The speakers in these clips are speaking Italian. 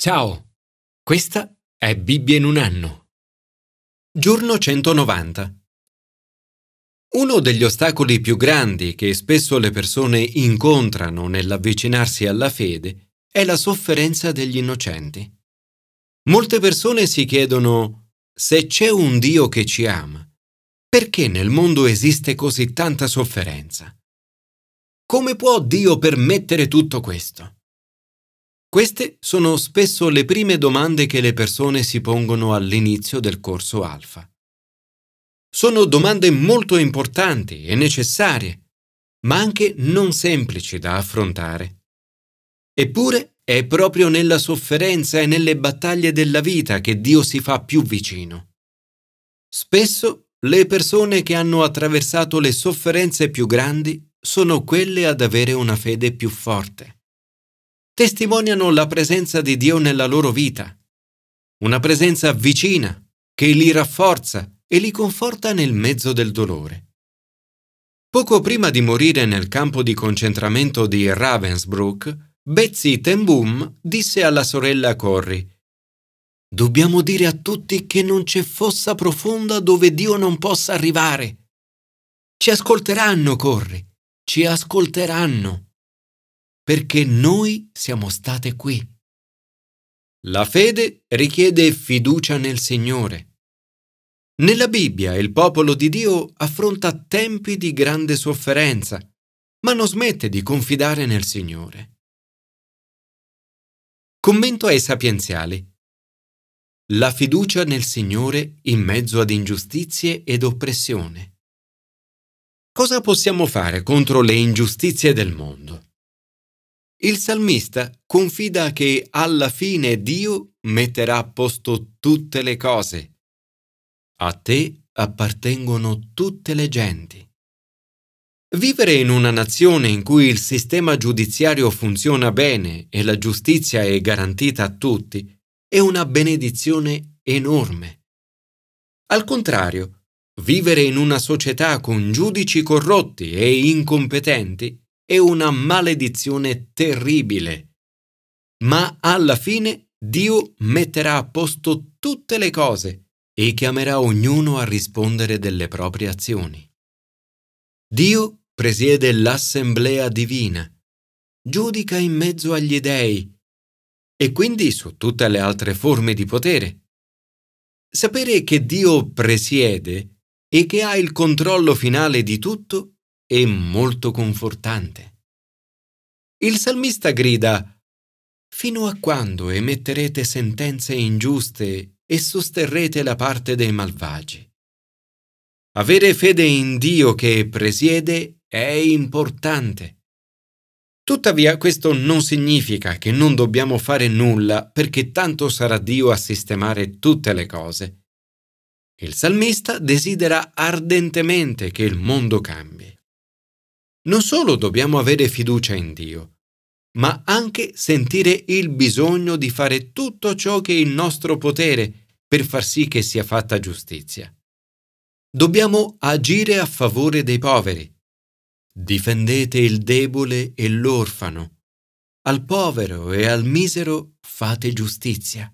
Ciao, questa è Bibbia in un anno. Giorno 190. Uno degli ostacoli più grandi che spesso le persone incontrano nell'avvicinarsi alla fede è la sofferenza degli innocenti. Molte persone si chiedono: se c'è un Dio che ci ama, perché nel mondo esiste così tanta sofferenza? Come può Dio permettere tutto questo? Queste sono spesso le prime domande che le persone si pongono all'inizio del corso Alfa. Sono domande molto importanti e necessarie, ma anche non semplici da affrontare. Eppure è proprio nella sofferenza e nelle battaglie della vita che Dio si fa più vicino. Spesso le persone che hanno attraversato le sofferenze più grandi sono quelle ad avere una fede più forte. Testimoniano la presenza di Dio nella loro vita, una presenza vicina che li rafforza e li conforta nel mezzo del dolore. Poco prima di morire nel campo di concentramento di Ravensbrück, Betsy ten Boom disse alla sorella Corrie: «Dobbiamo dire a tutti che non c'è fossa profonda dove Dio non possa arrivare. Ci ascolteranno, Corrie, ci ascolteranno. Perché noi siamo state qui». La fede richiede fiducia nel Signore. Nella Bibbia il popolo di Dio affronta tempi di grande sofferenza, ma non smette di confidare nel Signore. Commento ai sapienziali. La fiducia nel Signore in mezzo ad ingiustizie ed oppressione. Cosa possiamo fare contro le ingiustizie del mondo? Il salmista confida che alla fine Dio metterà a posto tutte le cose. A te appartengono tutte le genti. Vivere in una nazione in cui il sistema giudiziario funziona bene e la giustizia è garantita a tutti è una benedizione enorme. Al contrario, vivere in una società con giudici corrotti e incompetenti è una maledizione terribile. Ma alla fine Dio metterà a posto tutte le cose e chiamerà ognuno a rispondere delle proprie azioni. Dio presiede l'assemblea divina, giudica in mezzo agli dei e quindi su tutte le altre forme di potere. Sapere che Dio presiede e che ha il controllo finale di tutto è molto confortante. Il salmista grida: «Fino a quando emetterete sentenze ingiuste e sosterrete la parte dei malvagi?» Avere fede in Dio che presiede è importante. Tuttavia, questo non significa che non dobbiamo fare nulla perché tanto sarà Dio a sistemare tutte le cose. Il salmista desidera ardentemente che il mondo cambi. Non solo dobbiamo avere fiducia in Dio, ma anche sentire il bisogno di fare tutto ciò che è in nostro potere per far sì che sia fatta giustizia. Dobbiamo agire a favore dei poveri. Difendete il debole e l'orfano. Al povero e al misero fate giustizia.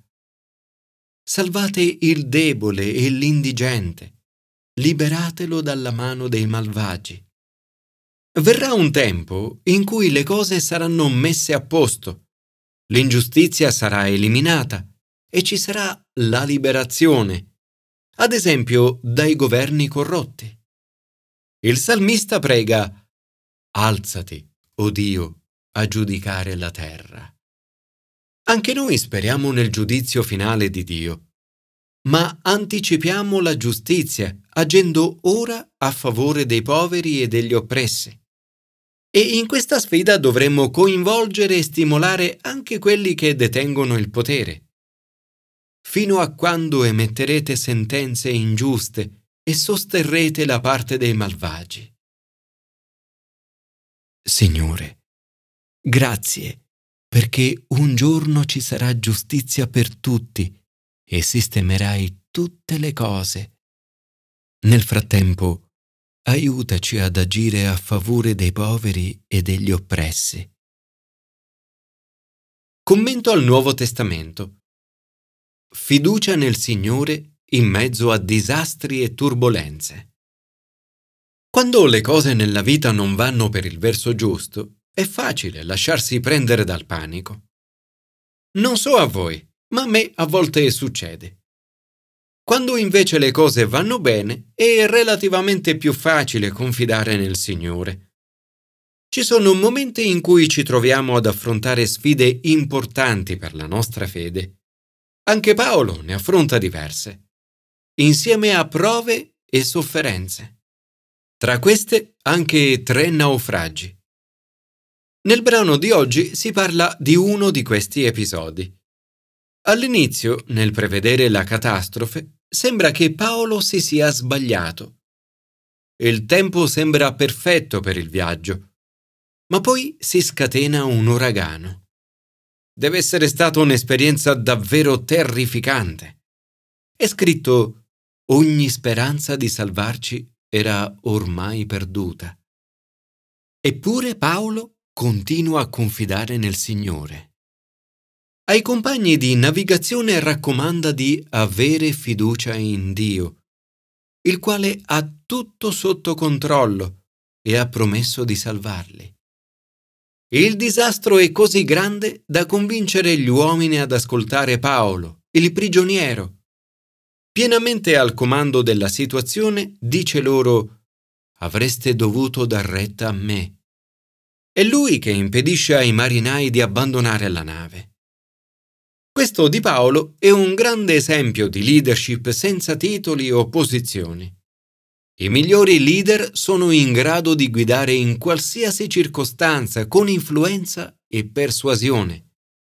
Salvate il debole e l'indigente. Liberatelo dalla mano dei malvagi. Verrà un tempo in cui le cose saranno messe a posto, l'ingiustizia sarà eliminata e ci sarà la liberazione, ad esempio dai governi corrotti. Il salmista prega: «Alzati, o Dio, a giudicare la terra». Anche noi speriamo nel giudizio finale di Dio, ma anticipiamo la giustizia agendo ora a favore dei poveri e degli oppressi. E in questa sfida dovremmo coinvolgere e stimolare anche quelli che detengono il potere. Fino a quando emetterete sentenze ingiuste e sosterrete la parte dei malvagi? Signore, grazie, perché un giorno ci sarà giustizia per tutti e sistemerai tutte le cose. Nel frattempo, aiutaci ad agire a favore dei poveri e degli oppressi. Commento al Nuovo Testamento. Fiducia nel Signore in mezzo a disastri e turbolenze. Quando le cose nella vita non vanno per il verso giusto, è facile lasciarsi prendere dal panico. Non so a voi, ma a me a volte succede. Quando invece le cose vanno bene, è relativamente più facile confidare nel Signore. Ci sono momenti in cui ci troviamo ad affrontare sfide importanti per la nostra fede. Anche Paolo ne affronta diverse, insieme a prove e sofferenze. Tra queste anche 3 naufragi. Nel brano di oggi si parla di uno di questi episodi. All'inizio, nel prevedere la catastrofe, sembra che Paolo si sia sbagliato. Il tempo sembra perfetto per il viaggio, ma poi si scatena un uragano. Deve essere stata un'esperienza davvero terrificante. È scritto: ogni speranza di salvarci era ormai perduta. Eppure Paolo continua a confidare nel Signore. Ai compagni di navigazione raccomanda di avere fiducia in Dio, il quale ha tutto sotto controllo e ha promesso di salvarli. Il disastro è così grande da convincere gli uomini ad ascoltare Paolo, il prigioniero. Pienamente al comando della situazione, dice loro: avreste dovuto dar retta a me. È lui che impedisce ai marinai di abbandonare la nave. Questo di Paolo è un grande esempio di leadership senza titoli o posizioni. I migliori leader sono in grado di guidare in qualsiasi circostanza con influenza e persuasione.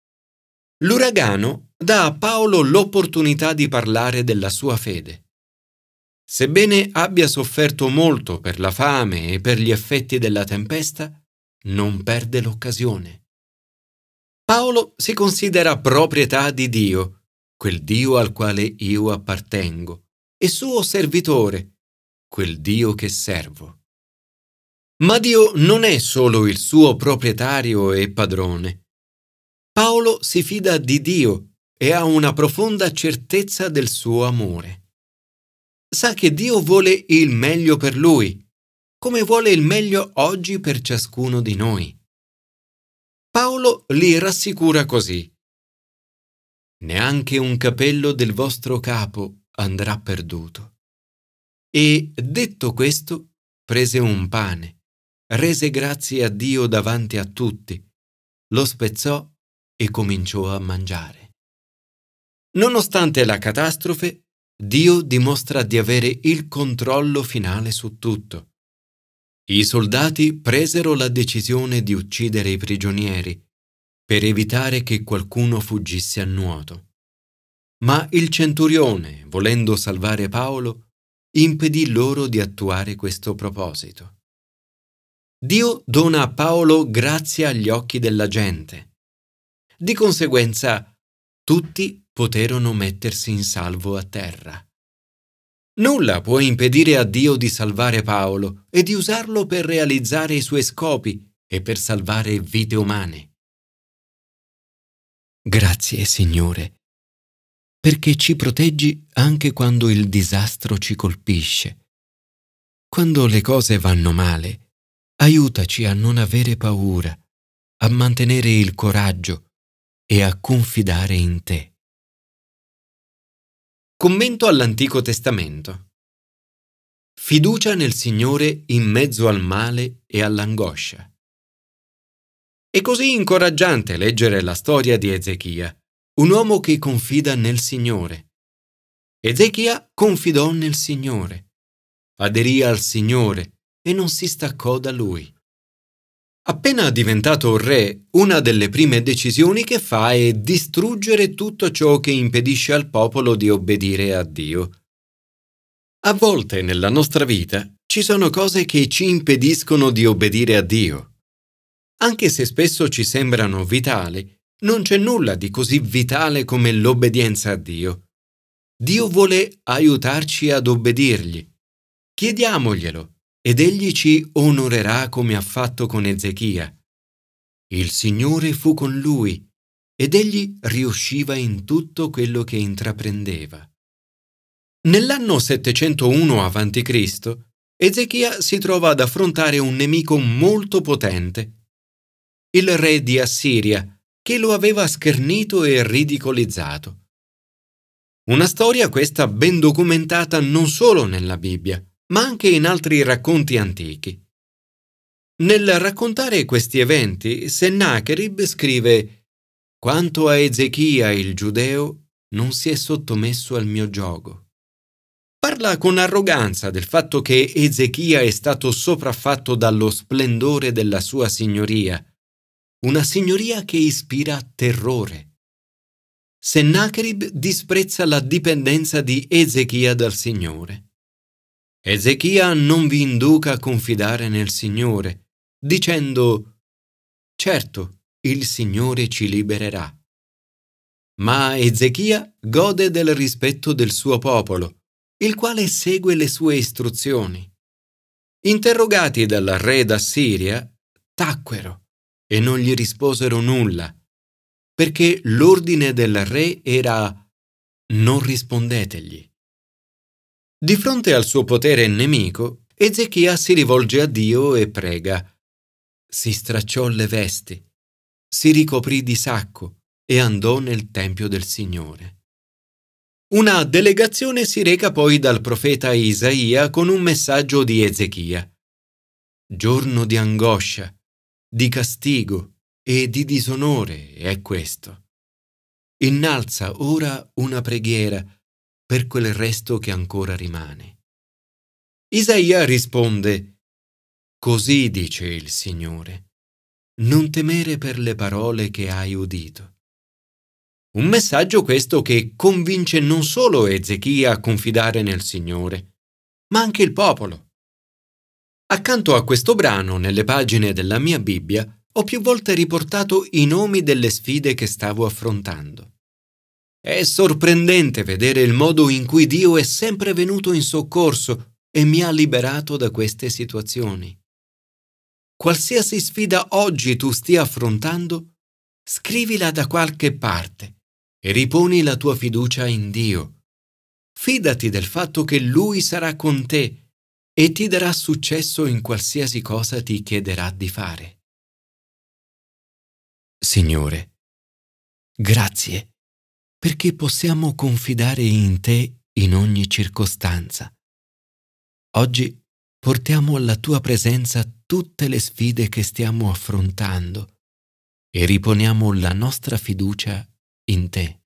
L'uragano dà a Paolo l'opportunità di parlare della sua fede. Sebbene abbia sofferto molto per la fame e per gli effetti della tempesta, non perde l'occasione. Paolo si considera proprietà di Dio, quel Dio al quale io appartengo, e suo servitore, quel Dio che servo. Ma Dio non è solo il suo proprietario e padrone. Paolo si fida di Dio e ha una profonda certezza del suo amore. Sa che Dio vuole il meglio per lui, come vuole il meglio oggi per ciascuno di noi. Paolo li rassicura così: neanche un capello del vostro capo andrà perduto. E, detto questo, prese un pane, rese grazie a Dio davanti a tutti, lo spezzò e cominciò a mangiare. Nonostante la catastrofe, Dio dimostra di avere il controllo finale su tutto. I soldati presero la decisione di uccidere i prigionieri per evitare che qualcuno fuggisse a nuoto. Ma il centurione, volendo salvare Paolo, impedì loro di attuare questo proposito. Dio dona a Paolo grazia agli occhi della gente. Di conseguenza, tutti poterono mettersi in salvo a terra. Nulla può impedire a Dio di salvare Paolo e di usarlo per realizzare i suoi scopi e per salvare vite umane. Grazie, Signore, perché ci proteggi anche quando il disastro ci colpisce. Quando le cose vanno male, aiutaci a non avere paura, a mantenere il coraggio e a confidare in te. Commento all'Antico Testamento. Fiducia nel Signore in mezzo al male e all'angoscia. È così incoraggiante leggere la storia di Ezechia, un uomo che confida nel Signore. Ezechia confidò nel Signore, aderì al Signore e non si staccò da Lui. Appena diventato re, una delle prime decisioni che fa è distruggere tutto ciò che impedisce al popolo di obbedire a Dio. A volte nella nostra vita ci sono cose che ci impediscono di obbedire a Dio. Anche se spesso ci sembrano vitali, non c'è nulla di così vitale come l'obbedienza a Dio. Dio vuole aiutarci ad obbedirgli. Chiediamoglielo ed Egli ci onorerà come ha fatto con Ezechia. Il Signore fu con lui ed egli riusciva in tutto quello che intraprendeva. Nell'anno 701 a.C., Ezechia si trova ad affrontare un nemico molto potente, il re di Assiria, che lo aveva schernito e ridicolizzato. Una storia questa ben documentata non solo nella Bibbia, ma anche in altri racconti antichi. Nel raccontare questi eventi, Sennacherib scrive: «Quanto a Ezechia il giudeo, non si è sottomesso al mio giogo». Parla con arroganza del fatto che Ezechia è stato sopraffatto dallo splendore della sua signoria, una signoria che ispira terrore. Sennacherib disprezza la dipendenza di Ezechia dal Signore. Ezechia non vi induca a confidare nel Signore, dicendo: «Certo, il Signore ci libererà». Ma Ezechia gode del rispetto del suo popolo, il quale segue le sue istruzioni. Interrogati dal re d'Assiria, tacquero e non gli risposero nulla, perché l'ordine del re era: non rispondetegli. Di fronte al suo potere nemico, Ezechia si rivolge a Dio e prega. Si stracciò le vesti, si ricoprì di sacco e andò nel tempio del Signore. Una delegazione si reca poi dal profeta Isaia con un messaggio di Ezechia. Giorno di angoscia, di castigo e di disonore è questo. Innalza ora una preghiera per quel resto che ancora rimane. Isaia risponde: «Così dice il Signore, non temere per le parole che hai udito». Un messaggio questo che convince non solo Ezechia a confidare nel Signore, ma anche il popolo. Accanto a questo brano, nelle pagine della mia Bibbia, ho più volte riportato i nomi delle sfide che stavo affrontando. È sorprendente vedere il modo in cui Dio è sempre venuto in soccorso e mi ha liberato da queste situazioni. Qualsiasi sfida oggi tu stia affrontando, scrivila da qualche parte e riponi la tua fiducia in Dio. Fidati del fatto che Lui sarà con te e ti darà successo in qualsiasi cosa ti chiederà di fare. Signore, grazie, perché possiamo confidare in te in ogni circostanza. Oggi portiamo alla tua presenza tutte le sfide che stiamo affrontando e riponiamo la nostra fiducia in te.